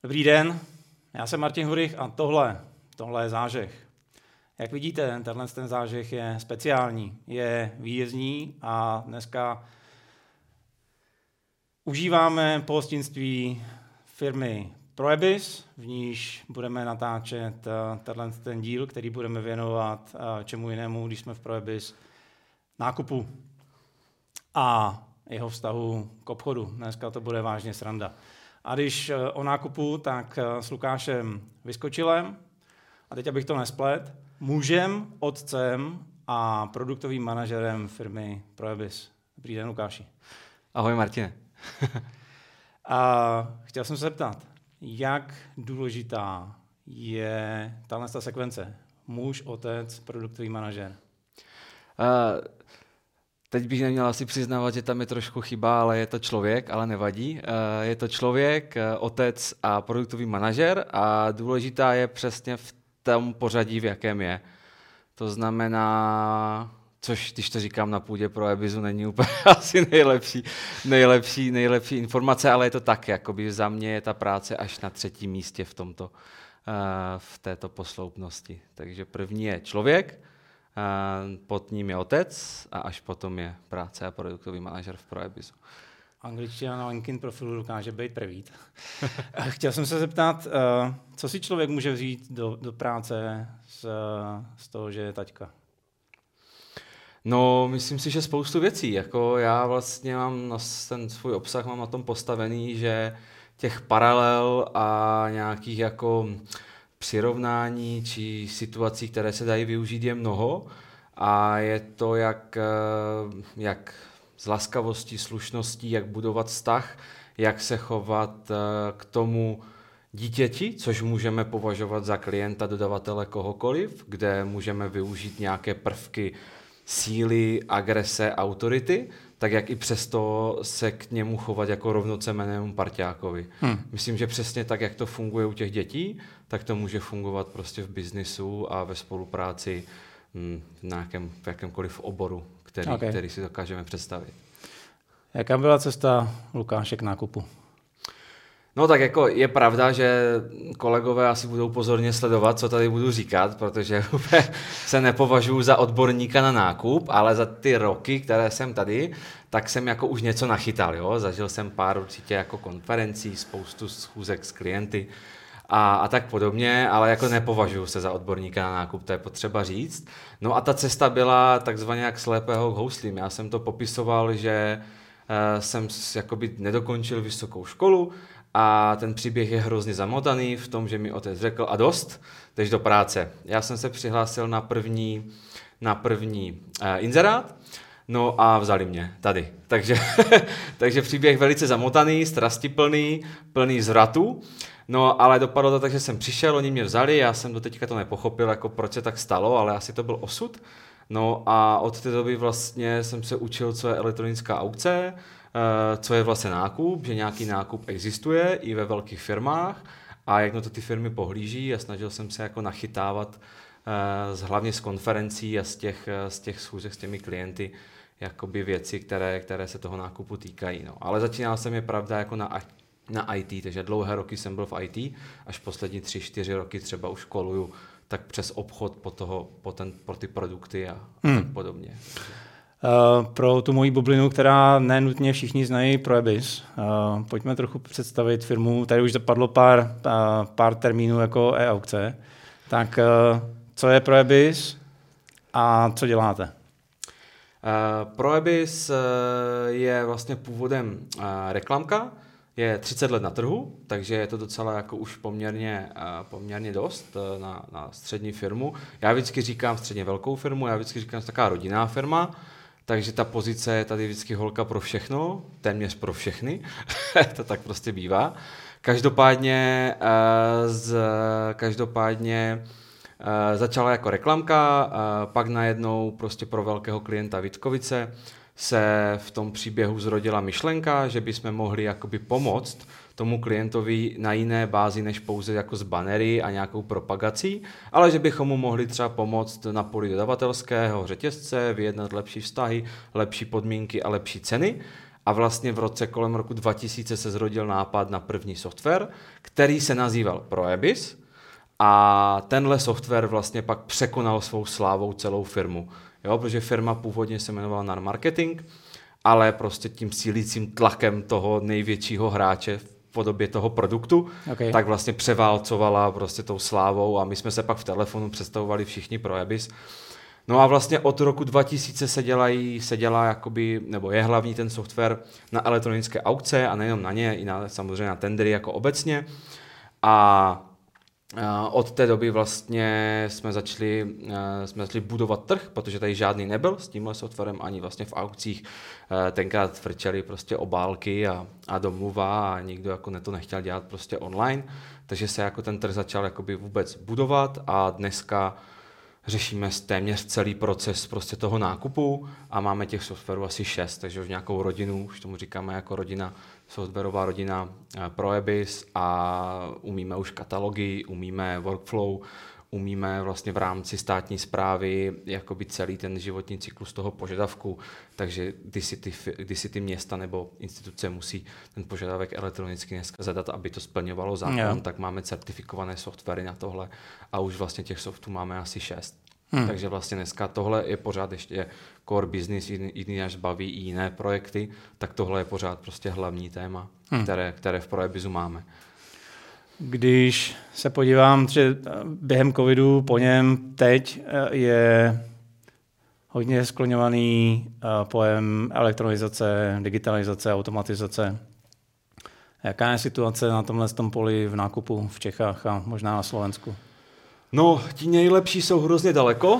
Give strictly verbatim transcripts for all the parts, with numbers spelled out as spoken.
Dobrý den, já jsem Martin Hurich a tohle, tohle je zážeh. Jak vidíte, tenhle ten zážeh je speciální, je výjezdní a dneska užíváme pohostinství firmy Proebis, v níž budeme natáčet tenhle ten díl, který budeme věnovat čemu jinému, když jsme v Proebis, nákupu a jeho vztahu k obchodu. Dneska to bude vážně sranda. A když o nákupu, tak s Lukášem Vyskočilem, a teď abych to nesplet, mužem, otcem a produktovým manažerem firmy Proebis. Dobrý den, Lukáši. Ahoj, Martine. A chtěl jsem se zeptat, jak důležitá je tahle sekvence? Muž, otec, produktový manažer. Uh, teď bych neměl asi přiznávat, že tam je trošku chyba, ale je to člověk, ale nevadí. Uh, je to člověk, uh, otec a produktový manažer a důležitá je přesně v tom pořadí, v jakém je. To znamená, což když to říkám na půdě Proebisu, není úplně asi nejlepší, nejlepší, nejlepší informace, ale je to tak, jakoby za mě je ta práce až na třetím místě v tomto, v této posloupnosti. Takže první je člověk, pod ním je otec a až potom je práce a produktový manažer v Proebisu. Angličtina na LinkedIn profilu dokáže být prevít. Chtěl jsem se zeptat, co si člověk může vzít do, do práce z, z toho, že je taťka? No, myslím si, že spoustu věcí. Jako já vlastně mám na ten svůj obsah mám na tom postavený, že těch paralel a nějakých jako přirovnání či situací, které se dají využít, je mnoho. A je to jak, jak z laskavostí, slušností, jak budovat vztah, jak se chovat k tomu dítěti, což můžeme považovat za klienta, dodavatele kohokoliv, kde můžeme využít nějaké prvky síly, agrese, autority, tak jak i přesto se k němu chovat jako rovnocennému parťákovi. Hmm. Myslím, že přesně tak, jak to funguje u těch dětí, tak to může fungovat prostě v biznisu a ve spolupráci hm, v, nějakém, v jakémkoliv oboru, který, okay. který si dokážeme představit. Jaká byla cesta Lukáše k nákupu? No tak jako je pravda, že kolegové asi budou pozorně sledovat, co tady budu říkat, protože se nepovažuji za odborníka na nákup, ale za ty roky, které jsem tady, tak jsem jako už něco nachytal. Jo? Zažil jsem pár určitě jako konferencí, spoustu schůzek s klienty a, a tak podobně, ale jako nepovažuji se za odborníka na nákup, to je potřeba říct. No a ta cesta byla takzvaně jak slepého k houslím. Já jsem to popisoval, že uh, jsem jakoby nedokončil vysokou školu, a ten příběh je hrozně zamotaný v tom, že mi otec řekl a dost, jdeš do práce. Já jsem se přihlásil na první, na první uh, inzerát, no a vzali mě tady. Takže, takže příběh velice zamotaný, strastiplný, plný zvratů. No ale dopadlo to tak, že jsem přišel, oni mě vzali, já jsem do teďka to nepochopil, jako proč se tak stalo, ale asi to byl osud. No a od té doby vlastně jsem se učil, co je elektronická aukce, co je vlastně nákup, že nějaký nákup existuje i ve velkých firmách a jak na to ty firmy pohlíží a snažil jsem se jako nachytávat hlavně z konferencí a z těch, z těch schůzek s těmi klienty jakoby věci, které, které se toho nákupu týkají. No. Ale začínal jsem je pravda jako na, na í té, takže dlouhé roky jsem byl v í té, až poslední tři, čtyři roky třeba už školuju tak přes obchod po, toho, po, ten, po ty produkty a, hmm. a tak podobně. Uh, pro tu moji bublinu, která nenutně všichni znají Proebis, uh, pojďme trochu představit firmu. Tady už zapadlo pár, uh, pár termínů jako e-aukce. Tak uh, co je Proebis a co děláte? Uh, Proebis uh, je vlastně původem uh, reklamka, je třicet let na trhu, takže je to docela jako už poměrně, uh, poměrně dost uh, na, na střední firmu. Já vždycky říkám středně velkou firmu, já vždycky říkám taková rodinná firma, takže ta pozice je tady vždycky holka pro všechno, téměř pro všechny, to tak prostě bývá. Každopádně, uh, z, každopádně uh, začala jako reklamka, uh, pak najednou prostě pro velkého klienta Vítkovice se v tom příběhu zrodila myšlenka, že bychom mohli jakoby pomoct tomu klientovi na jiné bázi než pouze jako z banery a nějakou propagací, ale že bychom mu mohli třeba pomoct na poli dodavatelského řetězce, vyjednat lepší vztahy, lepší podmínky a lepší ceny. a vlastně v roce kolem roku dva tisíce se zrodil nápad na první software, který se nazýval Proebis a tenhle software vlastně pak překonal svou slávou celou firmu. Jo, protože firma původně se jmenovala Nar Marketing, ale prostě tím sílícím tlakem toho největšího hráče v podobě toho produktu, okay. tak vlastně převálcovala prostě tou slávou a my jsme se pak v telefonu představovali všichni Proebis. No a vlastně od roku dva tisíce se, dělají, se dělá jakoby, nebo je hlavní ten software na elektronické aukce a nejenom na ně, i na, samozřejmě na tendry jako obecně. A od té doby vlastně jsme začali, jsme začali budovat trh, protože tady žádný nebyl s tímhle softwarem, ani vlastně v aukcích tenkrát frčeli prostě obálky a, a domluva a nikdo jako to nechtěl dělat prostě online, takže se jako ten trh začal jakoby vůbec budovat a dneska řešíme téměř celý proces prostě toho nákupu a máme těch softwarů asi šest, takže už nějakou rodinu, už tomu říkáme jako rodina, softwarová rodina Proebis a umíme už katalogy, umíme workflow, umíme vlastně v rámci státní správy jakoby celý ten životní cyklus toho požadavku, takže když si ty, když si ty města nebo instituce musí ten požadavek elektronicky dneska zadat, aby to splňovalo zákon, yeah. tak máme certifikované softwary na tohle a už vlastně těch softů máme asi šest. Hmm. Takže vlastně dneska tohle je pořád ještě core business, jiný až baví i jiné projekty, tak tohle je pořád prostě hlavní téma, hmm. které, které v Proebisu máme. Když se podívám, že během covidu po něm teď je hodně skloňovaný pojem elektronizace, digitalizace, automatizace. Jaká je situace na tomhle tom poli v nákupu v Čechách a možná na Slovensku? No, ti nejlepší jsou hrozně daleko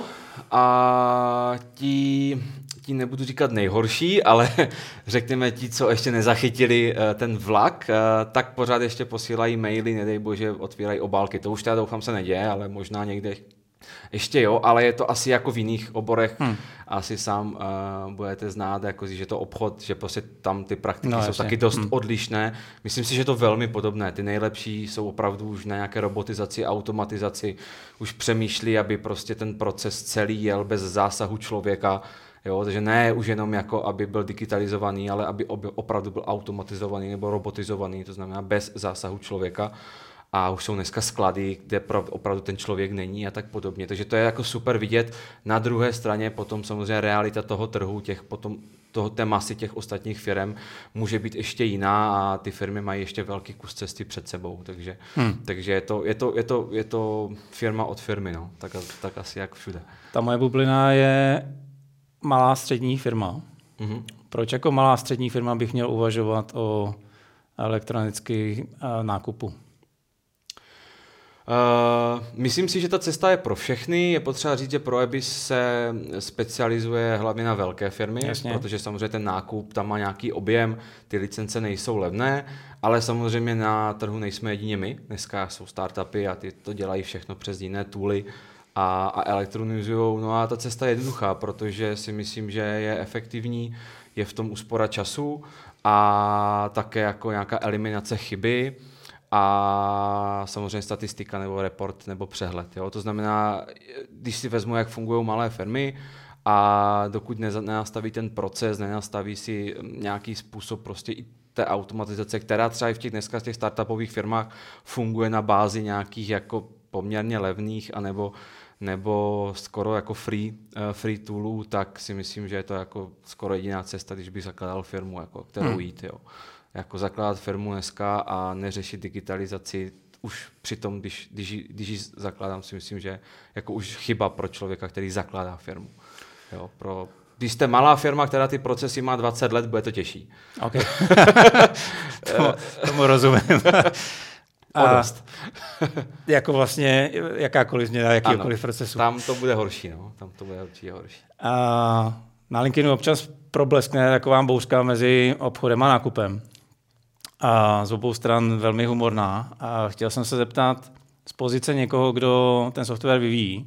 a ti, ti nebudu říkat nejhorší, ale řekněme ti, co ještě nezachytili ten vlak, tak pořád ještě posílají maily, nedej bože, otvírají obálky. To už teda doufám se neděje, ale možná někde ještě jo, ale je to asi jako v jiných oborech. Hmm. Asi sám uh, budete znát, jako, že to obchod, že prostě tam ty praktiky no, jsou jasně. taky dost hmm. odlišné. Myslím si, že to velmi podobné. Ty nejlepší jsou opravdu už na nějaké robotizaci, automatizaci, už přemýšlí, aby prostě ten proces celý jel bez zásahu člověka. Jo, takže ne už jenom jako, aby byl digitalizovaný, ale aby opravdu byl automatizovaný nebo robotizovaný, to znamená bez zásahu člověka. A už jsou dneska sklady, kde opravdu ten člověk není a tak podobně. Takže to je jako super vidět. Na druhé straně potom samozřejmě realita toho trhu, těch potom toho, té masy těch ostatních firm může být ještě jiná a ty firmy mají ještě velký kus cesty před sebou. Takže, hmm. takže je, to, je, to, je, to, je to firma od firmy, no. tak, tak asi jak všude. Ta moje bublina je malá střední firma. Mm-hmm. Proč jako malá střední firma bych měl uvažovat o elektronickém nákupu? Uh, myslím si, že ta cesta je pro všechny. Je potřeba říct, že Proebis se specializuje hlavně na velké firmy, Jasně. protože samozřejmě ten nákup tam má nějaký objem, ty licence nejsou levné, ale samozřejmě na trhu nejsme jedině my. Dneska jsou startupy a ty to dělají všechno přes jiné tooly a, a elektronizujou. No a ta cesta je jednoduchá, protože si myslím, že je efektivní, je v tom úspora času a také jako nějaká eliminace chyby. A samozřejmě statistika nebo report nebo přehled. Jo? To znamená, když si vezmu, jak fungují malé firmy a dokud nenastaví ten proces, nenastaví si nějaký způsob prostě i té automatizace, která třeba i v těch dneska z těch startupových firmách funguje na bázi nějakých jako poměrně levných anebo nebo skoro jako free, uh, free toolů, tak si myslím, že je to jako skoro jediná cesta, když bych zakládal firmu, jako, kterou hmm. jít. Jo. Jako zakládat firmu dneska a neřešit digitalizaci už přitom, když, když, když ji zakládám, si myslím, že jako už chyba pro člověka, který zakládá firmu. Jo, pro, když jste malá firma, která ty procesy má dvacet let, bude to těžší. Okay. tomu, tomu rozumím. A jako vlastně jakákoliv změna, jakýkoliv procesu. Tam to bude horší, no. Tam to bude určitě horší. A na LinkedInu občas probleskne taková bouřka mezi obchodem a nákupem. A z obou stran velmi humorná. A chtěl jsem se zeptat z pozice někoho, kdo ten software vyvíjí,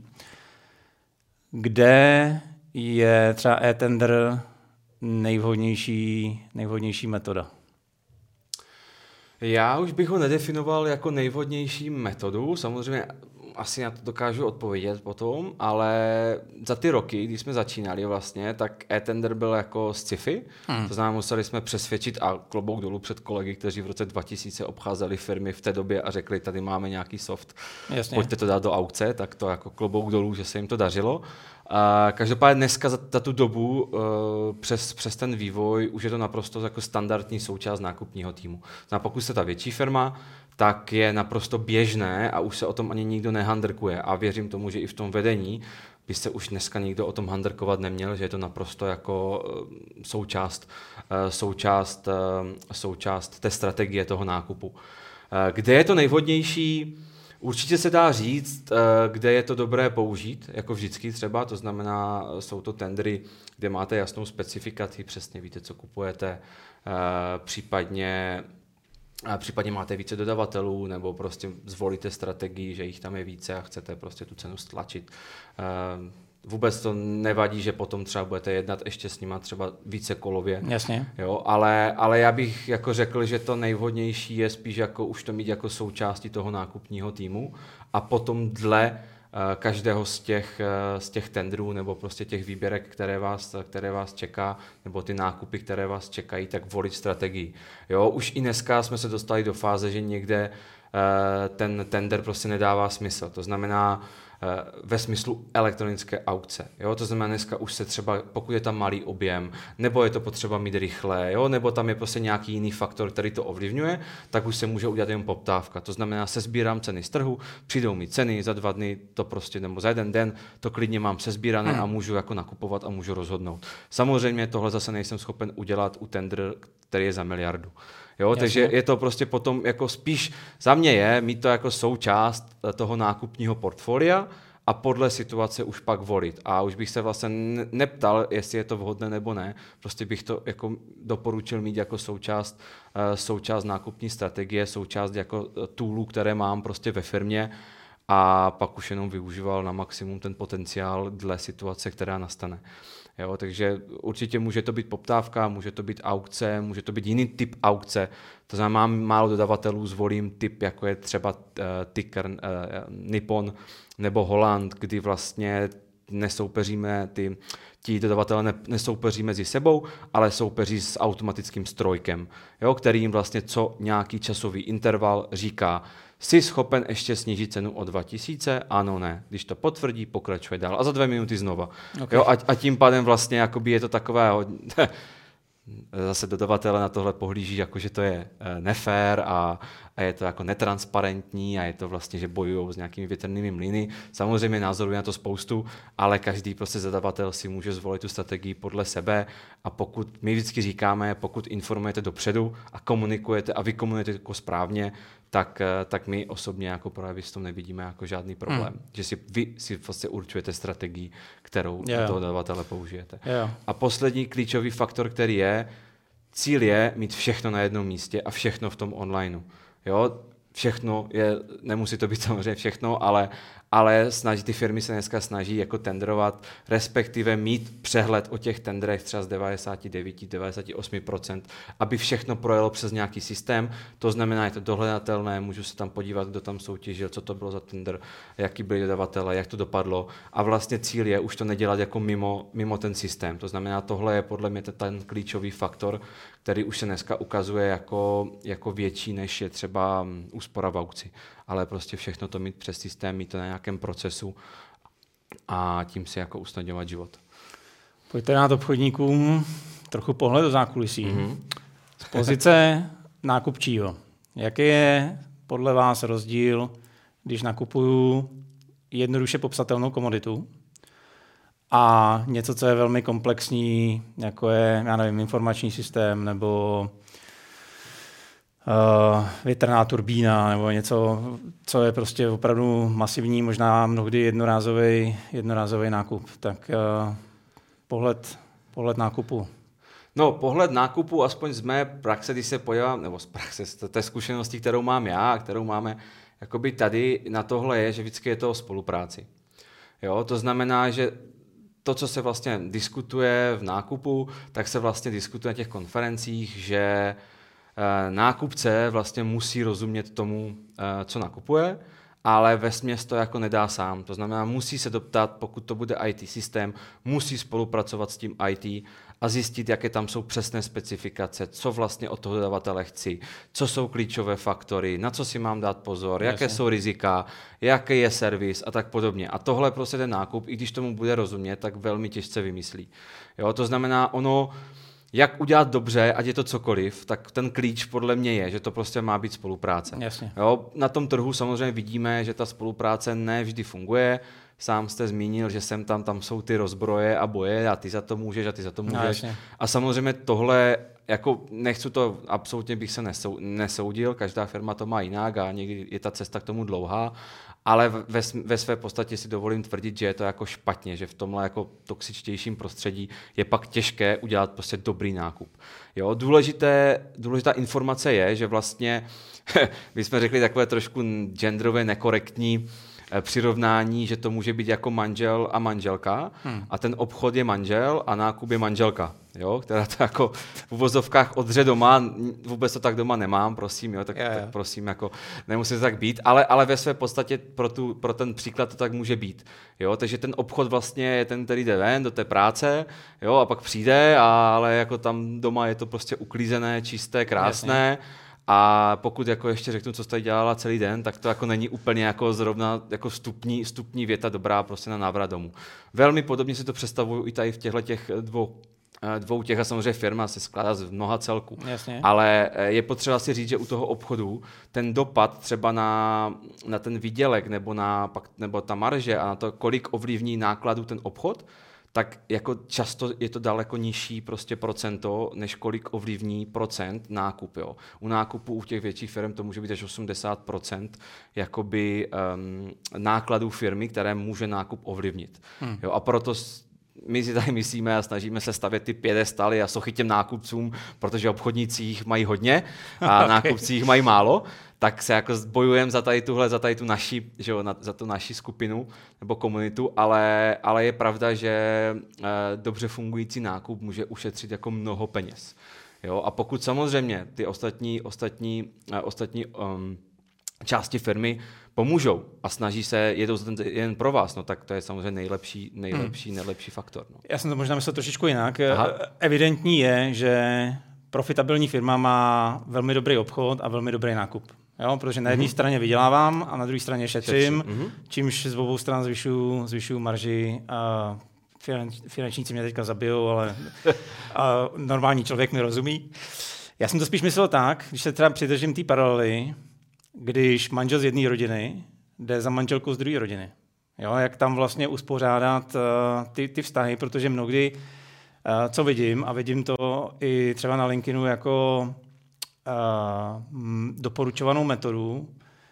kde je třeba e-tender nejvhodnější, nejvhodnější metoda? Já už bych ho nedefinoval jako nejvhodnější metodu. Samozřejmě asi na to dokážu odpovědět potom, ale za ty roky, když jsme začínali vlastně, tak e-tender byl jako sci-fi, hmm. to znamená, museli jsme přesvědčit a klobouk dolů před kolegy, kteří v roce dva tisíce obcházeli firmy v té době a řekli, tady máme nějaký soft, Jasně. pojďte to dát do aukce, tak to jako klobouk dolů, že se jim to dařilo. A každopádně dneska za, za tu dobu uh, přes, přes ten vývoj už je to naprosto jako standardní součást nákupního týmu. Znamená, pokud jste ta větší firma, tak je naprosto běžné a už se o tom ani nikdo nehandrkuje. A věřím tomu, že i v tom vedení by se už dneska nikdo o tom handrkovat neměl, že je to naprosto jako součást, součást, součást té strategie toho nákupu. Kde je to nejvhodnější? Určitě se dá říct, kde je to dobré použít, jako vždycky třeba, to znamená, jsou to tendry, kde máte jasnou specifikaci, přesně víte, co kupujete, případně A případně máte více dodavatelů, nebo prostě zvolíte strategii, že jich tam je více a chcete prostě tu cenu stlačit. Vůbec to nevadí, že potom třeba budete jednat ještě s nima třeba více kolově. Jasně. Jo, ale, ale já bych jako řekl, že to nejvhodnější je spíš jako už to mít jako součástí toho nákupního týmu a potom dle každého z těch, z těch tendrů nebo prostě těch výběrek, které vás, které vás čeká, nebo ty nákupy, které vás čekají, tak volit strategii. Jo, už i dneska jsme se dostali do fáze, že někde ten tender prostě nedává smysl. To znamená ve smyslu elektronické aukce. Jo? To znamená, dneska už se třeba, pokud je tam malý objem, nebo je to potřeba mít rychle, jo? Nebo tam je prostě nějaký jiný faktor, který to ovlivňuje, tak už se může udělat jen poptávka. To znamená, sesbírám ceny z trhu, přijdou mi ceny, za dva dny to prostě, nebo za jeden den to klidně mám sesbírané hmm. a můžu jako nakupovat a můžu rozhodnout. Samozřejmě tohle zase nejsem schopen udělat u tender, který je za miliardu. Jo, takže je to prostě potom jako spíš za mě je mít to jako součást toho nákupního portfolia a podle situace už pak volit. A už bych se vlastně neptal, jestli je to vhodné nebo ne, prostě bych to jako doporučil mít jako součást, součást nákupní strategie, součást jako toolů, které mám prostě ve firmě a pak už jenom využíval na maximum ten potenciál dle situace, která nastane. Jo, takže určitě může to být poptávka, může to být aukce, může to být jiný typ aukce. To znamená, mám málo dodavatelů, zvolím typ, jako je třeba uh, Ticker, uh, Nippon nebo Holland, kdy vlastně nesoupeříme, ty, ti dodavatelé ne, nesoupeří mezi sebou, ale soupeří s automatickým strojkem, jo, který jim vlastně co nějaký časový interval říká, jsi schopen ještě snížit cenu o dva tisíce? Ano, ne. Když to potvrdí, pokračuje dál. A za dvě minuty znova. Okay. Jo, a, a tím pádem vlastně jakoby je to takové, zase dodavatele na tohle pohlíží, jako že to je nefér a, a je to jako netransparentní a je to vlastně, že bojují s nějakými větrnými mlyny. Samozřejmě názorů je na to spoustu, ale každý prostě zadavatel si může zvolit tu strategii podle sebe a pokud, my vždycky říkáme, pokud informujete dopředu a komunikujete a vy komunikujete jako správně, tak, tak my osobně jako projevistom nevidíme jako žádný problém. Hmm. Že si vy si vlastně určujete strategii, kterou yeah. toho dodavatele použijete. Yeah. A poslední klíčový faktor, který je, cíl je mít všechno na jednom místě a všechno v tom onlineu. Jo? Všechno je, nemusí to být samozřejmě všechno, ale, ale snaží, ty firmy se dneska snaží jako tenderovat, respektive mít přehled o těch tendrech třeba z devadesát devět až devadesát osm procent, aby všechno projelo přes nějaký systém. To znamená, je to dohledatelné, můžu se tam podívat, kdo tam soutěžil, co to bylo za tender, jaký byli dodavatelé, jak to dopadlo. A vlastně cíl je už to nedělat jako mimo, mimo ten systém. To znamená, tohle je podle mě ten klíčový faktor, který už se dneska ukazuje jako, jako větší, než je třeba úspora v aukci. Ale prostě všechno to mít přes systém, mít to na nějakém procesu a tím si jako usnadňovat život. Pojďte dát obchodníkům trochu pohled do zákulisí. Mm-hmm. Z pozice nákupčího. Jaký je podle vás rozdíl, když nakupuju jednoduše popsatelnou komoditu a něco, co je velmi komplexní, jako je, já nevím, informační systém nebo Uh, větrná turbína nebo něco, co je prostě opravdu masivní, možná mnohdy jednorázový, jednorázový nákup. Tak uh, pohled, pohled nákupu. No, pohled nákupu, aspoň z mé praxe, když se podívám, nebo z praxe, z té zkušenosti, kterou mám já, kterou máme jakoby tady na tohle je, že vždycky je to o spolupráci. Jo, to znamená, že to, co se vlastně diskutuje v nákupu, tak se vlastně diskutuje na těch konferencích, že nákupce vlastně musí rozumět tomu, co nakupuje ale vesměs to jako nedá sám. To znamená, musí se doptat, pokud to bude í té systém, musí spolupracovat s tím í té a zjistit, jaké tam jsou přesné specifikace, co vlastně od toho dodavatele chci, co jsou klíčové faktory, na co si mám dát pozor, Jasně. jaké jsou rizika, jaký je servis a tak podobně. A tohle prostě ten nákup, i když tomu bude rozumět, tak velmi těžce vymyslí. Jo, to znamená, ono, jak udělat dobře, ať je to cokoliv, tak ten klíč podle mě je, že to prostě má být spolupráce. Jasně. Jo, na tom trhu samozřejmě vidíme, že ta spolupráce ne vždy funguje. Sám jste zmínil, že sem tam, tam jsou ty rozbroje a boje a ty za to můžeš a ty za to můžeš. No, a samozřejmě tohle, jako nechci to, absolutně bych se nesou, nesoudil, každá firma to má jinak a někdy je ta cesta k tomu dlouhá, ale ve, ve své podstatě si dovolím tvrdit, že je to jako špatně, že v tomhle jako toxičtějším prostředí je pak těžké udělat prostě dobrý nákup. Jo, důležité, důležitá informace je, že vlastně, my jsme řekli takové trošku genderově nekorektní přirovnání, že to může být jako manžel a manželka hmm. a ten obchod je manžel a nákup je manželka, jo, která to jako v uvozovkách odře doma, vůbec to tak doma nemám, prosím, jo, tak, yeah. tak prosím, jako nemusí to tak být, ale, ale ve své podstatě pro, tu, pro ten příklad to tak může být, jo, takže ten obchod vlastně je ten, který jde ven do té práce, jo, a pak přijde, ale jako tam doma je to prostě uklízené, čisté, krásné. Jasně. A pokud jako ještě řeknu, co jste dělala celý den, tak to jako není úplně jako zrovna jako vstupní, vstupní věta dobrá prostě na návrat domů. Velmi podobně si to představuju i tady v těchto těch dvou, dvou těch a samozřejmě firma se skládá z mnoha celků. Jasně. Ale je potřeba si říct, že u toho obchodu ten dopad třeba na, na ten výdělek nebo, na, nebo ta marže a na to, kolik ovlivní nákladů ten obchod, tak jako často je to daleko nižší prostě procento, než kolik ovlivní procent nákup. Jo. U nákupu u těch větších firm to může být až osmdesát procent jakoby, um, nákladů firmy, které může nákup ovlivnit. Hmm. Jo, a proto my si tady myslíme a snažíme se stavět ty piedestaly a sochy těm nákupcům, protože obchodníci jich mají hodně a okay. nákupci jich mají málo, tak se jako bojujeme za tady tuhle, za tady tu naši, že jo, za tu naši skupinu nebo komunitu, ale, ale je pravda, že e, dobře fungující nákup může ušetřit jako mnoho peněz. Jo, a pokud samozřejmě ty ostatní, ostatní, e, ostatní um, části firmy pomůžou a snaží se, je to jen pro vás, no tak to je samozřejmě nejlepší, nejlepší, hmm. nejlepší faktor. No. Já jsem to možná myslel trošičku jinak. Aha. Evidentní je, že profitabilní firma má velmi dobrý obchod a velmi dobrý nákup. Jo, protože na jedné mm-hmm. straně vydělávám a na druhé straně šetřím, mm-hmm. čímž z obou stran zvyšuju, zvyšuju marži. A finanč, finančníci mě teďka zabijou, ale a normální člověk mi rozumí. Já jsem to spíš myslel tak, když se třeba přidržím té paralely, když manžel z jedné rodiny jde za manželkou z druhé rodiny. Jo, jak tam vlastně uspořádat uh, ty, ty vztahy, protože mnohdy, uh, co vidím, a vidím to i třeba na LinkedInu jako uh, doporučovanou metodu,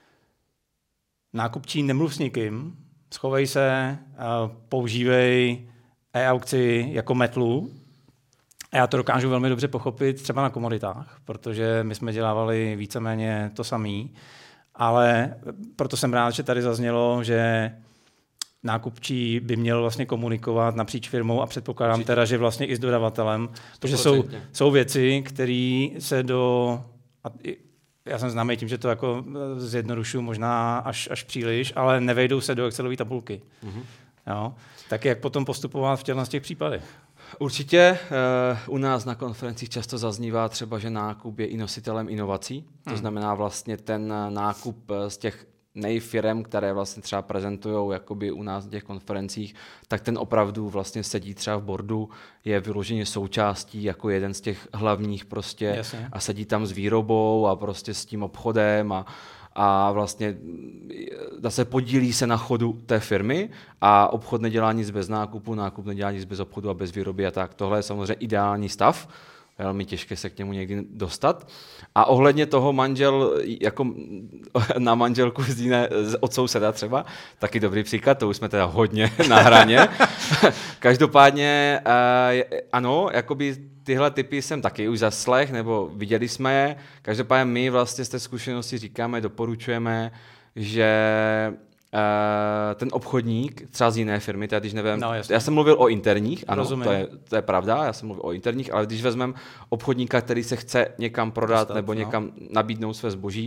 nákupčí nemluv s nikým, schovej se, uh, používej e-aukci jako metlu. A já to dokážu velmi dobře pochopit třeba na komoditách, protože my jsme dělávali víceméně to samé, ale proto jsem rád, že tady zaznělo, že nákupčí by měl vlastně komunikovat napříč firmou a předpokládám Určitě. teda, že vlastně i s dodavatelem, protože jsou, jsou věci, které se do... Já jsem známý tím, že to jako zjednodušuju možná až, až příliš, ale nevejdou se do Excelové tabulky. Mm-hmm. Jo? Tak jak potom postupovat v těchto těch případech? Určitě uh, u nás na konferencích často zaznívá třeba, že nákup je i nositelem inovací. To hmm. znamená vlastně ten nákup z těch nejfirem, které vlastně třeba prezentujou jakoby u nás na těch konferencích, tak ten opravdu vlastně sedí třeba v boardu, je vyloženě součástí jako jeden z těch hlavních prostě Jasně. a sedí tam s výrobou a prostě s tím obchodem a a vlastně zase podílí se na chodu té firmy a obchod nedělá nic bez nákupu, nákup nedělá nic bez obchodu a bez výroby a tak. Tohle je samozřejmě ideální stav, velmi těžké se k němu někdy dostat. A ohledně toho manžel, jako na manželku z jiné, od souseda třeba, taky dobrý příklad, to už jsme teda hodně na hraně. Každopádně ano, jakoby tyhle typy jsem taky už zaslech, nebo viděli jsme je. Každopádně my vlastně z té zkušenosti říkáme, doporučujeme, že uh, ten obchodník, třeba z jiné firmy, teda když nevím, no, já jsem mluvil o interních, ano, to je, to je pravda, já jsem mluvil o interních, ale když vezmeme obchodníka, který se chce někam prodat Dostat, nebo někam no. nabídnout své zboží,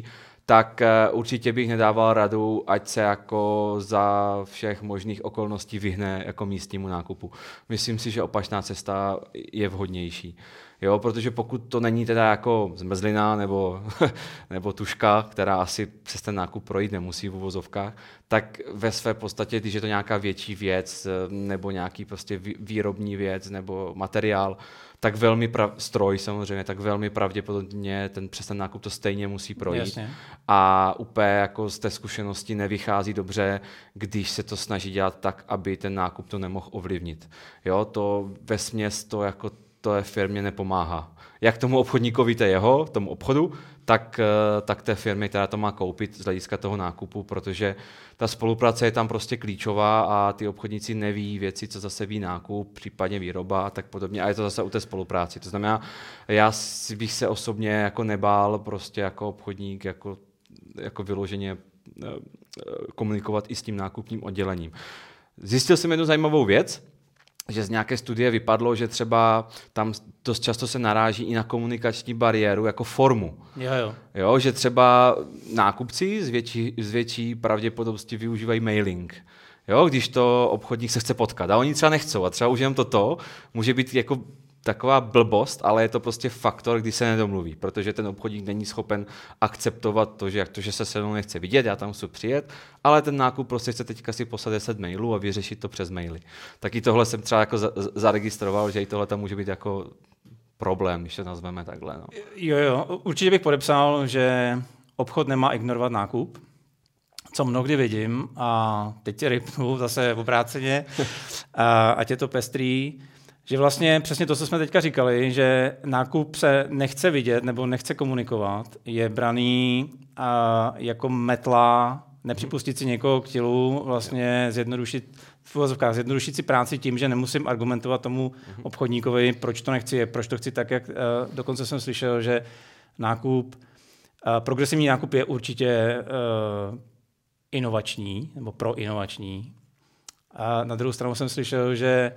tak určitě bych nedával radu, ať se jako za všech možných okolností vyhne jako místnímu nákupu. Myslím si, že opačná cesta je vhodnější. Jo, protože pokud to není teda jako zmrzlina nebo, nebo tuška, která asi přes ten nákup projít nemusí v uvozovkách, tak ve své podstatě, když je to nějaká větší věc nebo nějaký prostě výrobní věc nebo materiál, tak velmi prav, stroj samozřejmě, tak velmi pravděpodobně ten přes ten nákup to stejně musí projít. Jasně. A úplně jako z té zkušenosti nevychází dobře, když se to snaží dělat tak, aby ten nákup to nemohl ovlivnit. Jo, to vesměs to jako to je firmě nepomáhá. Jak tomu obchodníkovi té jeho, tomu obchodu, tak, tak té firmě, která to má koupit z hlediska toho nákupu, protože ta spolupráce je tam prostě klíčová a ty obchodníci neví věci, co zase ví nákup, případně výroba a tak podobně. A je to zase u té spolupráci. To znamená, já bych se osobně jako nebál prostě jako obchodník jako, jako vyloženě komunikovat i s tím nákupním oddělením. Zjistil jsem jednu zajímavou věc, že z nějaké studie vypadlo, že třeba tam dost často se naráží i na komunikační bariéru jako formu. Jo, jo. Jo, že třeba nákupci z větší, z větší pravděpodobnosti využívají mailing. Jo, když to obchodník se chce potkat a oni třeba nechcou a třeba už jenom toto může být jako taková blbost, ale je to prostě faktor, kdy se nedomluví, protože ten obchodník není schopen akceptovat to, že, jak to, že se se mnou nechce vidět, já tam chci přijet, ale ten nákup prostě chce teďka si poslat deset mailů a vyřešit to přes maily. Taky tohle jsem třeba jako za, zaregistroval, že i tohle tam může být jako problém, když to nazveme takhle. No. Jo, jo, určitě bych podepsal, že obchod nemá ignorovat nákup, co mnohdy vidím, a teď tě rypnu zase obráceně, a ať je to pestrý, že vlastně přesně to, co jsme teďka říkali, že nákup se nechce vidět nebo nechce komunikovat, je braný a, jako metla, nepřipustit si někoho k tělu, vlastně zjednodušit, v uvozovkách, zjednodušit si práci tím, že nemusím argumentovat tomu obchodníkovi, proč to nechci, proč to chci tak, jak uh, dokonce jsem slyšel, že nákup, uh, progresivní nákup je určitě uh, inovační, nebo proinovační. A na druhou stranu jsem slyšel, že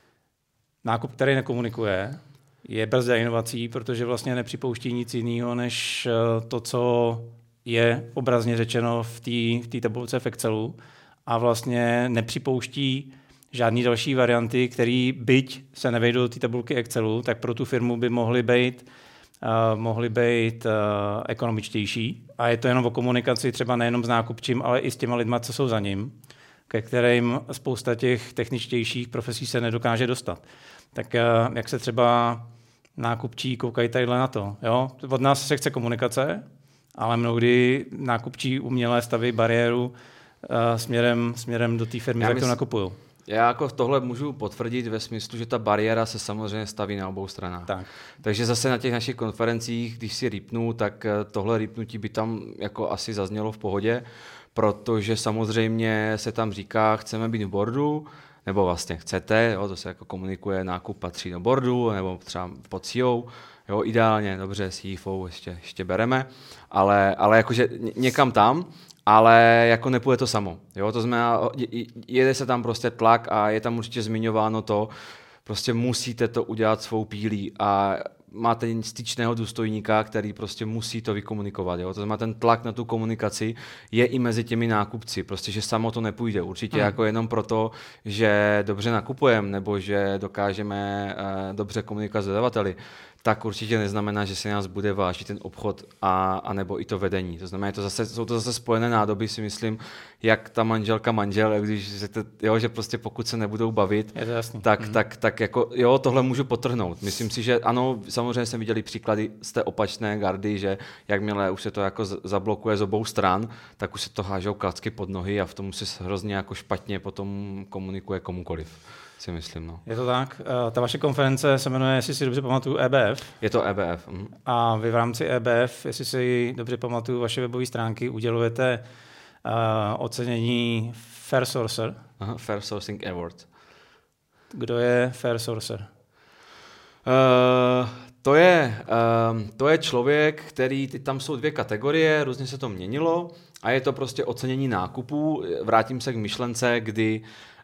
nákup, který nekomunikuje, je brzda inovací, protože vlastně nepřipouští nic jiného, než to, co je obrazně řečeno v té v té tabulce v Excelu, a vlastně nepřipouští žádný další varianty, které byť se nevejdou do té tabulky Excelu, tak pro tu firmu by mohly být, uh, mohly být uh, ekonomičtější. A je to jenom o komunikaci třeba nejenom s nákupčím, ale i s těma lidma, co jsou za ním, ke kterým spousta těch techničtějších profesí se nedokáže dostat. Tak jak se třeba nákupčí koukají tadyhle na to. Jo? Od nás se chce komunikace, ale mnohdy nákupčí uměle staví bariéru uh, směrem, směrem do té firmy, za kterou nakupují. Já jako tohle můžu potvrdit ve smyslu, že ta bariéra se samozřejmě staví na obou stranách. Tak. Takže zase na těch našich konferencích, když si rýpnu, tak tohle rýpnutí by tam jako asi zaznělo v pohodě, protože samozřejmě se tam říká, chceme být v boardu, nebo vlastně chcete, jo, to se jako komunikuje, nákup patří do boardu, nebo třeba pod C E O, jo, ideálně, dobře, C F O ještě, ještě bereme, ale, ale jakože někam tam, ale jako nepůjde to samo. Jo, to znamená, jede se tam prostě tlak a je tam určitě zmiňováno to, prostě musíte to udělat svou pílí a máte styčného důstojníka, který prostě musí to vykomunikovat. Jo? To znamená, ten tlak na tu komunikaci je i mezi těmi nákupci, prostě, že samo to nepůjde. Určitě hmm. jako jenom proto, že dobře nakupujeme nebo že dokážeme uh, dobře komunikovat s dodavateli, tak určitě neznamená, že se nás bude vážit ten obchod a, a nebo i to vedení. To znamená, to zase, jsou to zase spojené nádoby, si myslím, jak ta manželka manžel, když to, jo, že prostě pokud se nebudou bavit, je to jasný. tak, mm. tak, tak jako, jo, tohle můžu podtrhnout. Myslím si, že ano, samozřejmě jsem viděl příklady z té opačné gardy, že jakmile už se to jako zablokuje z obou stran, tak už se to hážou klacky pod nohy a v tom se hrozně jako špatně potom komunikuje komukoliv. Si myslím, no. Je to tak. Uh, ta vaše konference se jmenuje, jestli si dobře pamatuju, E B F. Je to E B F. Mhm. A vy v rámci E B F, jestli si dobře pamatuju vaše webové stránky, udělujete uh, ocenění Fair Sourcer. Aha, Fair Sourcing Award. Kdo je Fair Sourcer? Uh, to, je, uh, to je člověk, který, tam jsou dvě kategorie, různě se to měnilo a je to prostě ocenění nákupů. Vrátím se k myšlence, kdy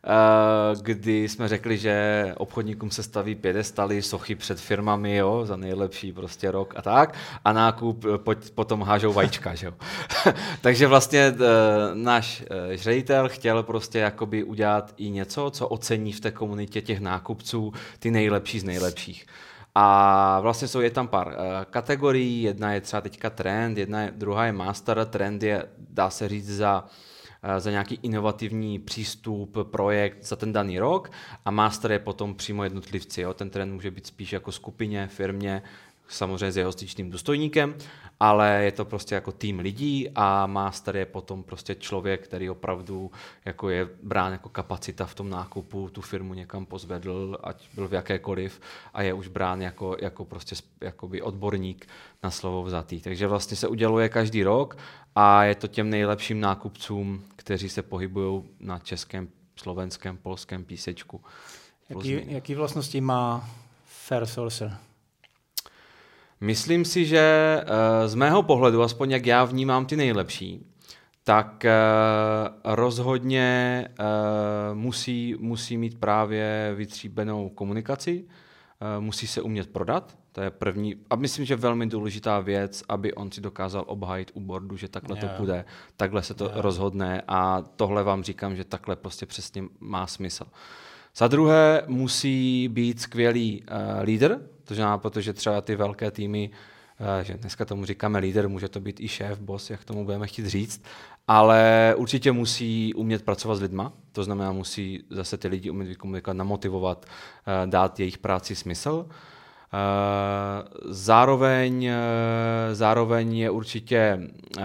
kdy jsme řekli, že obchodníkům se staví pědestaly, sochy před firmami, jo, za nejlepší prostě rok a tak, a nákup potom hážou vajíčka, že jo. Takže vlastně náš ředitel chtěl prostě jakoby udělat i něco, co ocení v té komunitě těch nákupců ty nejlepší z nejlepších. A vlastně jsou je tam pár uh, kategorií, jedna je třeba teďka trend, jedna je, druhá je master, trend je, dá se říct, za, uh, za nějaký inovativní přístup, projekt za ten daný rok a master je potom přímo jednotlivci, jo? Ten trend může být spíš jako skupině, firmě, samozřejmě s jeho styčným důstojníkem, ale je to prostě jako tým lidí a master je potom prostě člověk, který opravdu jako je brán jako kapacita v tom nákupu, tu firmu někam pozvedl, ať byl v jakékoliv a je už brán jako, jako prostě jakoby odborník na slovo vzatý. Takže vlastně se uděluje každý rok a je to těm nejlepším nákupcům, kteří se pohybují na českém, slovenském, polském písečku. Jaký, jaký vlastnosti má Fair Sourcer? Myslím si, že z mého pohledu, aspoň jak já vnímám ty nejlepší, tak rozhodně musí, musí mít právě vytříbenou komunikaci, musí se umět prodat, to je první, a myslím, že velmi důležitá věc, aby on si dokázal obhájit u boardu, že takhle yeah. to půjde, takhle se to yeah. rozhodne a tohle vám říkám, že takhle prostě přesně má smysl. Za druhé musí být skvělý uh, lídr, to znamená, protože třeba ty velké týmy, uh, že dneska tomu říkáme lídr, může to být i šéf, boss, jak tomu budeme chtít říct, ale určitě musí umět pracovat s lidma, to znamená, musí zase ty lidi umět vykomunikovat, namotivovat, uh, dát jejich práci smysl. Uh, zároveň, uh, zároveň je určitě uh,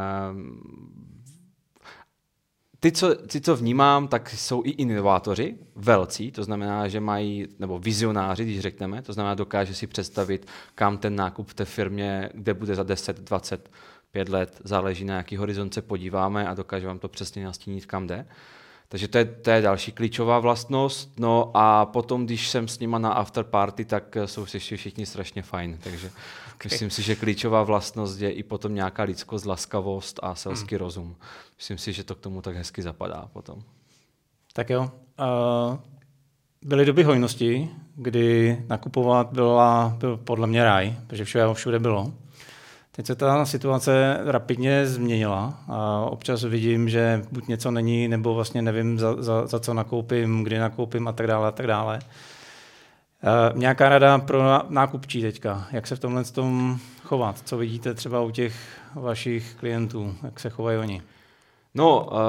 Ty co, ty, co vnímám, tak jsou i inovátoři, velcí, to znamená, že mají, nebo vizionáři, když řekneme, to znamená, dokáže si představit, kam ten nákup v té firmě, kde bude za deset, dvacet pět let, záleží na jaký horizont se podíváme a dokáže vám to přesně nastínit, kam jde. Takže to je, to je další klíčová vlastnost. No a potom, když jsem s nima na after party, tak jsou si všichni strašně fajn. Takže okay. Myslím si, že klíčová vlastnost je i potom nějaká lidskost, laskavost a selský hmm. rozum. Myslím si, že to k tomu tak hezky zapadá potom. Tak jo. Uh, byly doby hojnosti, kdy nakupovat byla, byl podle mě ráj, protože všude, všude bylo. Teď se ta situace rapidně změnila a občas vidím, že buď něco není, nebo vlastně nevím, za, za, za co nakoupím, kdy nakoupím a tak dále a tak dále. E, nějaká rada pro nákupčí teďka, jak se v tomhle tom chovat? Co vidíte třeba u těch vašich klientů, jak se chovají oni? No, uh,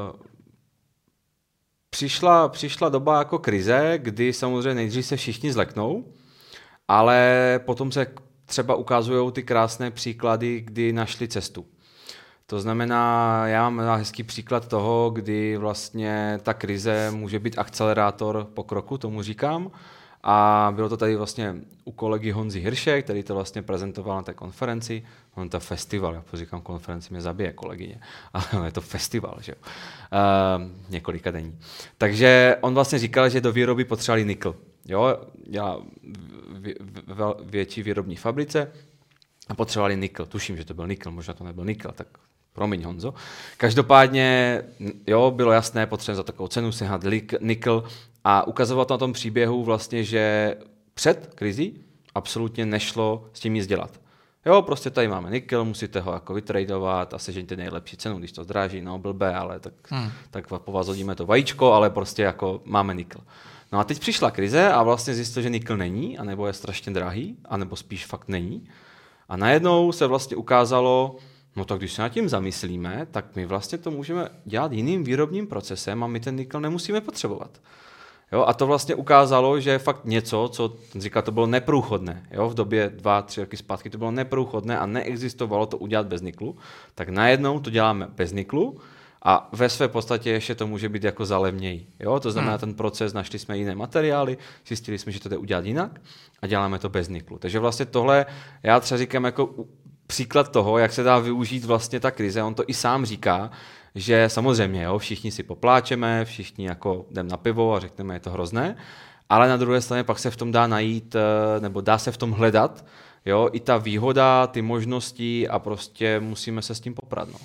přišla, přišla doba jako krize, kdy samozřejmě nejdřív se všichni zleknou, ale potom se třeba ukazují ty krásné příklady, kdy našli cestu. To znamená, já mám hezký příklad toho, kdy vlastně ta krize může být akcelerátor pokroku, tomu říkám. A bylo to tady vlastně u kolegy Honzy Hirše, který to vlastně prezentoval na té konferenci. On to festival, já říkám konferenci, mě zabije kolegyně, ale je to festival, že jo. Uh, několika denní. Takže on vlastně říkal, že do výroby potřebovali nikl. Jo, dělá v větší výrobní fabrice a potřebovali nikl. Tuším, že to byl nikl, možná to nebyl nikl, tak promiň, Honzo. Každopádně, jo, bylo jasné, potřebujeme za takovou cenu sehnat nikl a ukazovat na tom příběhu vlastně, že před krizí absolutně nešlo s tím nic dělat. Jo, prostě tady máme nikl, musíte ho jako vytradovat a sežeňte nejlepší cenu, když to zdráží, no blbé, ale tak, hmm. tak po vás hodíme to vajíčko, ale prostě jako máme nikl. No a teď přišla krize a vlastně zjistil, že nikl není, anebo je strašně drahý, anebo spíš fakt není. A najednou se vlastně ukázalo, no tak když se nad tím zamyslíme, tak my vlastně to můžeme dělat jiným výrobním procesem a my ten nikl nemusíme potřebovat. Jo, a to vlastně ukázalo, že je fakt něco, co říká, to bylo neprůchodné. Jo, v době dva, tři roky zpátky to bylo neprůchodné a neexistovalo to udělat bez niklu. Tak najednou to děláme bez niklu a ve své podstatě ještě to může být jako za levněji. Jo, to znamená, hmm. ten proces, našli jsme jiné materiály, zjistili jsme, že to jde udělat jinak a děláme to bez niklu. Takže vlastně tohle, já třeba říkám jako příklad toho, jak se dá využít vlastně ta krize, on to i sám říká, že samozřejmě, jo, všichni si popláčeme, všichni jako jdeme na pivo a řekneme, je to hrozné, ale na druhé straně pak se v tom dá najít, nebo dá se v tom hledat, jo, i ta výhoda, ty možnosti a prostě musíme se s tím poprat. No.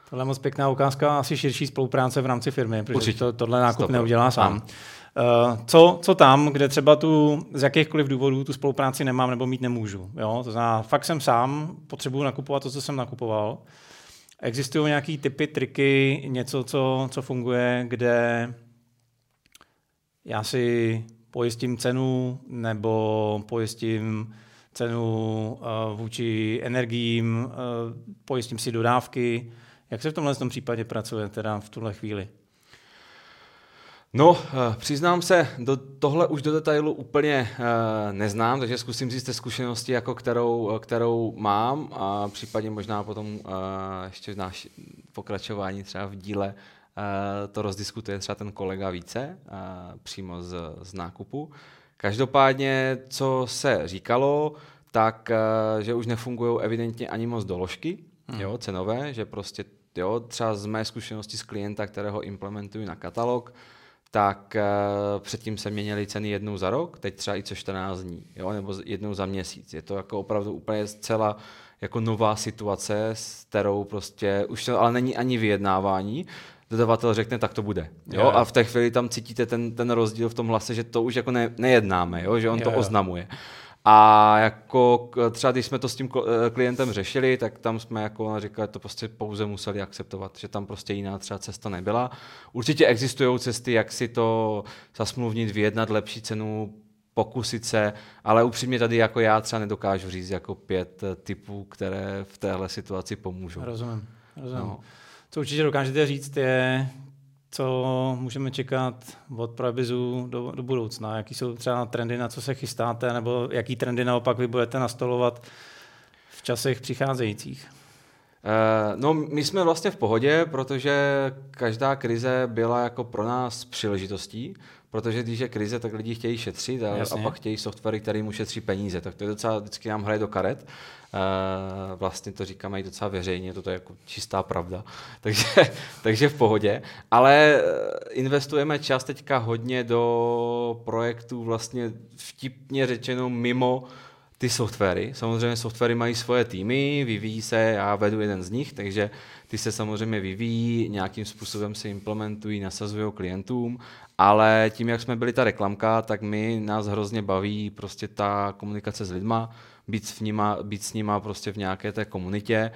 Tohle je moc pěkná ukázka, asi širší spolupráce v rámci firmy, protože to, tohle nákup Stop. neudělá sám. Uh, co, co tam, kde třeba tu z jakýchkoliv důvodů tu spolupráci nemám nebo mít nemůžu. Jo? To znamená, fakt jsem sám, potřebuji nakupovat to, co jsem nakupoval. Existují nějaký typy, triky, něco, co, co funguje, kde já si pojistím cenu nebo pojistím cenu uh, vůči energiím, uh, pojistím si dodávky. Jak se v tomhle tom případě pracuje teda v tuhle chvíli? No, přiznám se, do tohle už do detailu úplně uh, neznám, takže zkusím si z té zkušenosti, jako kterou, kterou mám a případně možná potom uh, ještě v náš pokračování třeba v díle uh, to rozdiskutuje třeba ten kolega více uh, přímo z, z nákupu. Každopádně, co se říkalo, tak, uh, že už nefungují evidentně ani moc doložky, hmm. jo, cenové, že prostě jo, třeba z mé zkušenosti z klienta, kterého implementuji na katalog, tak uh, předtím se měnily ceny jednou za rok, teď třeba i co čtrnáct dní, jo, nebo jednou za měsíc. Je to jako opravdu úplně zcela jako nová situace, s kterou prostě už to ale není ani vyjednávání. Dodavatel řekne, tak to bude. Jo? Jo. A v té chvíli tam cítíte ten, ten rozdíl v tom hlase, že to už jako ne, nejednáme, jo? Že on jo, to jo. oznamuje. A jako třeba když jsme to s tím klientem řešili, tak tam jsme jako říkali, to prostě pouze museli akceptovat, že tam prostě jiná třeba cesta nebyla. Určitě existují cesty, jak si to zasmluvnit, vyjednat lepší cenu, pokusit se, ale upřímně tady jako já třeba nedokážu říct jako pět typů, které v téhle situaci pomůžou. Rozumím, rozumím. No. Co určitě dokážete říct je, co můžeme čekat od Proebisu do, do budoucna, jaký jsou třeba trendy, na co se chystáte, nebo jaký trendy naopak vy budete nastolovat v časech přicházejících? No, my jsme vlastně v pohodě, protože každá krize byla jako pro nás příležitostí, protože když je krize, tak lidi chtějí šetřit a, a pak chtějí softwary, který mu šetří peníze, tak to je docela, vždycky nám hraje do karet. Vlastně to říkáme i docela veřejně, to je jako čistá pravda, takže, takže v pohodě, ale investujeme čas teďka hodně do projektů vlastně vtipně řečeno mimo ty softwary. Samozřejmě softwary mají svoje týmy, vyvíjí se, já vedu jeden z nich, takže ty se samozřejmě vyvíjí, nějakým způsobem se implementují, nasazují klientům, ale tím, jak jsme byli ta reklamka, tak my nás hrozně baví prostě ta komunikace s lidma, být s nima, být s nima prostě v nějaké té komunitě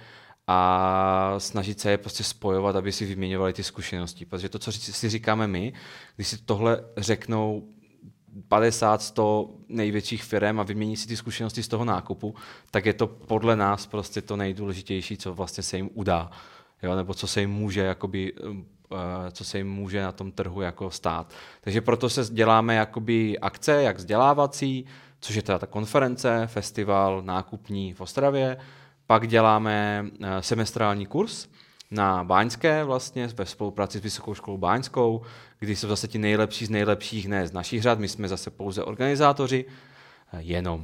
a snažit se je prostě spojovat, aby si vyměňovali ty zkušenosti. Protože to, co si říkáme my, když si tohle řeknou padesát sto největších firem a vymění si ty zkušenosti z toho nákupu, tak je to podle nás prostě to nejdůležitější, co vlastně se jim udá, jo? Nebo co se jim může jakoby, co se jim může na tom trhu jako stát. Takže proto se děláme jakoby akce, jak vzdělávací, což je teda ta konference, festival nákupní v Ostravě, pak děláme semestrální kurz na Báňské vlastně ve spolupráci s Vysokou školou báňskou, kdy jsou zase ti nejlepší z nejlepších, ne z našich řad, my jsme zase pouze organizátoři, jenom,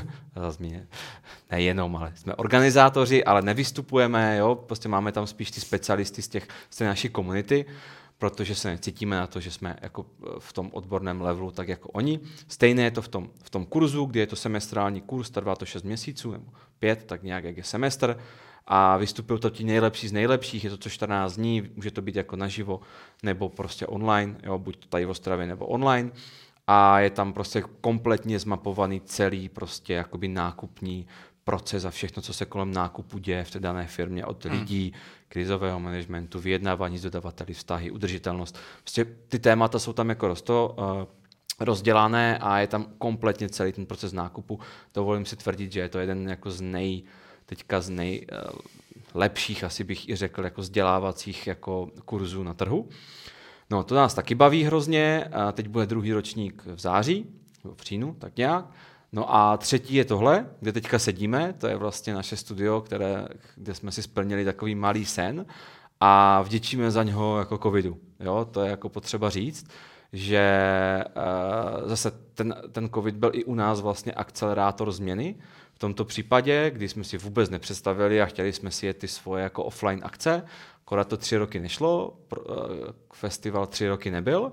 ne jenom, ale jsme organizátoři, ale nevystupujeme, jo, prostě máme tam spíš ty specialisty z, těch, z té naší komunity, protože se necítíme na to, že jsme jako v tom odborném levelu tak jako oni. Stejné je to v tom, v tom kurzu, kdy je to semestrální kurz, trvá to šest měsíců nebo pět, tak nějak jak je semestr, a vystupují to ti nejlepší z nejlepších, je to co čtrnáct dní, může to být jako naživo nebo prostě online, jo, buď tady v Ostravě nebo online, a je tam prostě kompletně zmapovaný celý prostě jakoby nákupní proces a všechno, co se kolem nákupu děje v té dané firmě, od lidí, krizového managementu, vyjednávání s dodavateli, vztahy, udržitelnost. Prostě ty témata jsou tam jako rosto, uh, rozdělané a je tam kompletně celý ten proces nákupu. Dovolím si tvrdit, že je to jeden jako z nej teďka z nejlepších, asi bych i řekl, jako vzdělávacích jako kurzů na trhu. No, to nás taky baví hrozně, a teď bude druhý ročník v září, v říjnu, tak nějak. No a třetí je tohle, kde teďka sedíme, to je vlastně naše studio, které, kde jsme si splnili takový malý sen a vděčíme za něho jako covidu. Jo, to je jako potřeba říct, že uh, zase ten, ten covid byl i u nás vlastně akcelerátor změny. V tomto případě, kdy jsme si vůbec nepředstavili a chtěli jsme si jet ty svoje jako offline akce, akorát to tři roky nešlo, festival tři roky nebyl,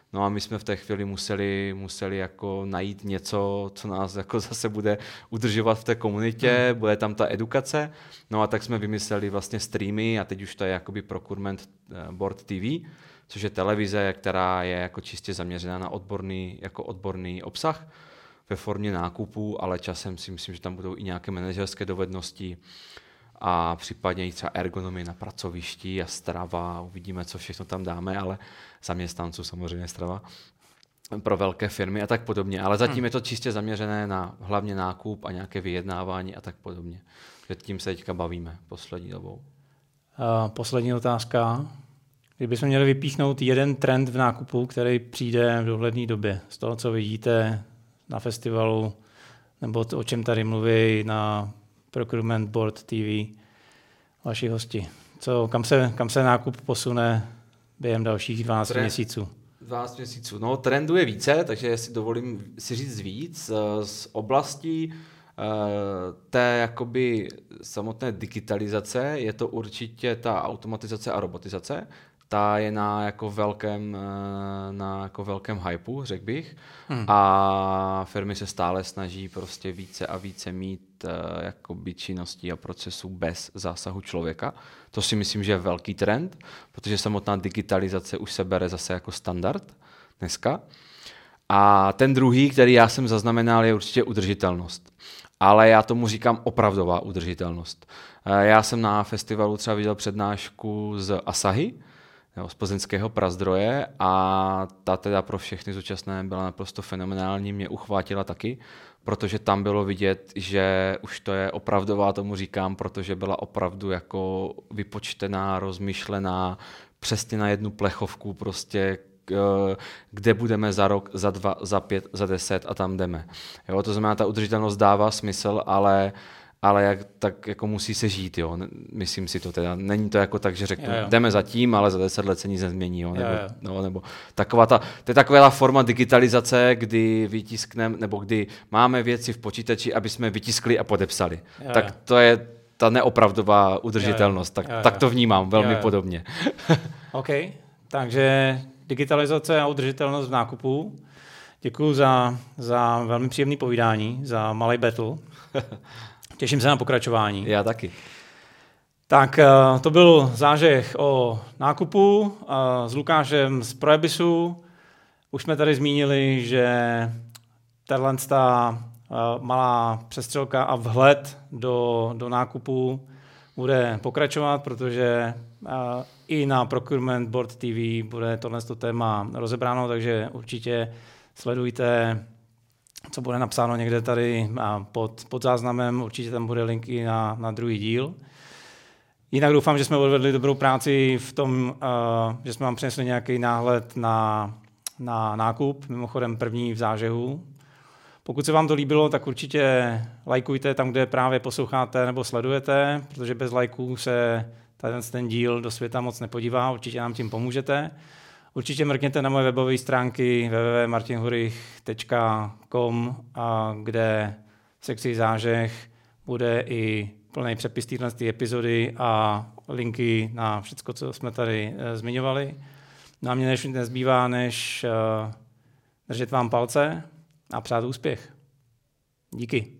No a my jsme v té chvíli museli, museli jako najít něco, co nás jako zase bude udržovat v té komunitě, hmm. bude tam ta edukace. No a tak jsme vymysleli vlastně streamy a teď už to je jakoby Procurement Board T V, což je televize, která je jako čistě zaměřená na odborný, jako odborný obsah ve formě nákupů, ale časem si myslím, že tam budou i nějaké manažerské dovednosti a případně i třeba ergonomie na pracovišti a strava, uvidíme, co všechno tam dáme, ale zaměstnanců samozřejmě strava pro velké firmy a tak podobně. Ale zatím hmm. je to čistě zaměřené na hlavně nákup a nějaké vyjednávání a tak podobně. Že tím se teďka bavíme poslední dobou. Uh, poslední otázka. Kdybychom měli vypíchnout jeden trend v nákupu, který přijde v dohledné době, z toho, co vidíte na festivalu, nebo to, o čem tady mluví na Procurement Board T V, vaši hosti. Co, kam, se, kam se nákup posune během dalších dvanáct Trend, měsíců? dvanáct měsíců. No, trendů je více, takže si dovolím si říct víc. Z oblastí té jakoby samotné digitalizace je to určitě ta automatizace a robotizace. Ta je na jako velkém, na jako velkém hypeu, řekl bych. Hmm. A firmy se stále snaží prostě více a více mít jakoby činností a procesů bez zásahu člověka. To si myslím, že je velký trend, protože samotná digitalizace už se bere zase jako standard dneska. A ten druhý, který já jsem zaznamenal, je určitě udržitelnost. Ale já tomu říkám opravdová udržitelnost. Já jsem na festivalu třeba viděl přednášku z Asahi, z plzeňského Prazdroje a ta teda pro všechny zúčastněné byla naprosto fenomenální, mě uchvátila taky, protože tam bylo vidět, že už to je opravdová, tomu říkám, protože byla opravdu jako vypočtená, rozmyšlená, přesně na jednu plechovku prostě, kde budeme za rok, za dva, za pět, za deset a tam jdeme. Jo, to znamená, ta udržitelnost dává smysl, ale ale jak, tak jako musí se žít, jo. Myslím si to teda. Není to jako tak, že řeknu, jo, jo. jdeme za tím, ale za deset let se nic nezmění, jo. Nebo, jo, jo. No, nebo taková ta, to je taková forma digitalizace, kdy vytiskneme, nebo kdy máme věci v počítači, aby jsme vytiskli a podepsali. Jo, tak jo. to je ta neopravdová udržitelnost. Jo, jo. Tak, jo, jo. tak to vnímám velmi jo, jo. podobně. OK, takže digitalizace a udržitelnost v nákupu. Děkuju za, za velmi příjemné povídání, za malý battle. Těším se na pokračování. Já taky. Tak to byl zážeh o nákupu s Lukášem z Proebisu. Už jsme tady zmínili, že tato malá přestřelka a vhled do, do nákupu bude pokračovat, protože i na Procurement Board T V bude tohle téma rozebráno, takže určitě sledujte, co bude napsáno někde tady pod, pod záznamem, určitě tam bude linky na, na druhý díl. Jinak doufám, že jsme odvedli dobrou práci v tom, uh, že jsme vám přinesli nějaký náhled na, na nákup, mimochodem první v zážehu. Pokud se vám to líbilo, tak určitě lajkujte tam, kde právě posloucháte nebo sledujete, protože bez lajků se ten díl do světa moc nepodívá, určitě nám tím pomůžete. Určitě mrkněte na moje webové stránky w w w tečka martin hurich tečka com, kde v sekci zážeh bude i plný přepis této epizody a linky na všechno, co jsme tady e, zmiňovali. No a mě než nezbývá, než e, držet vám palce a přát úspěch. Díky.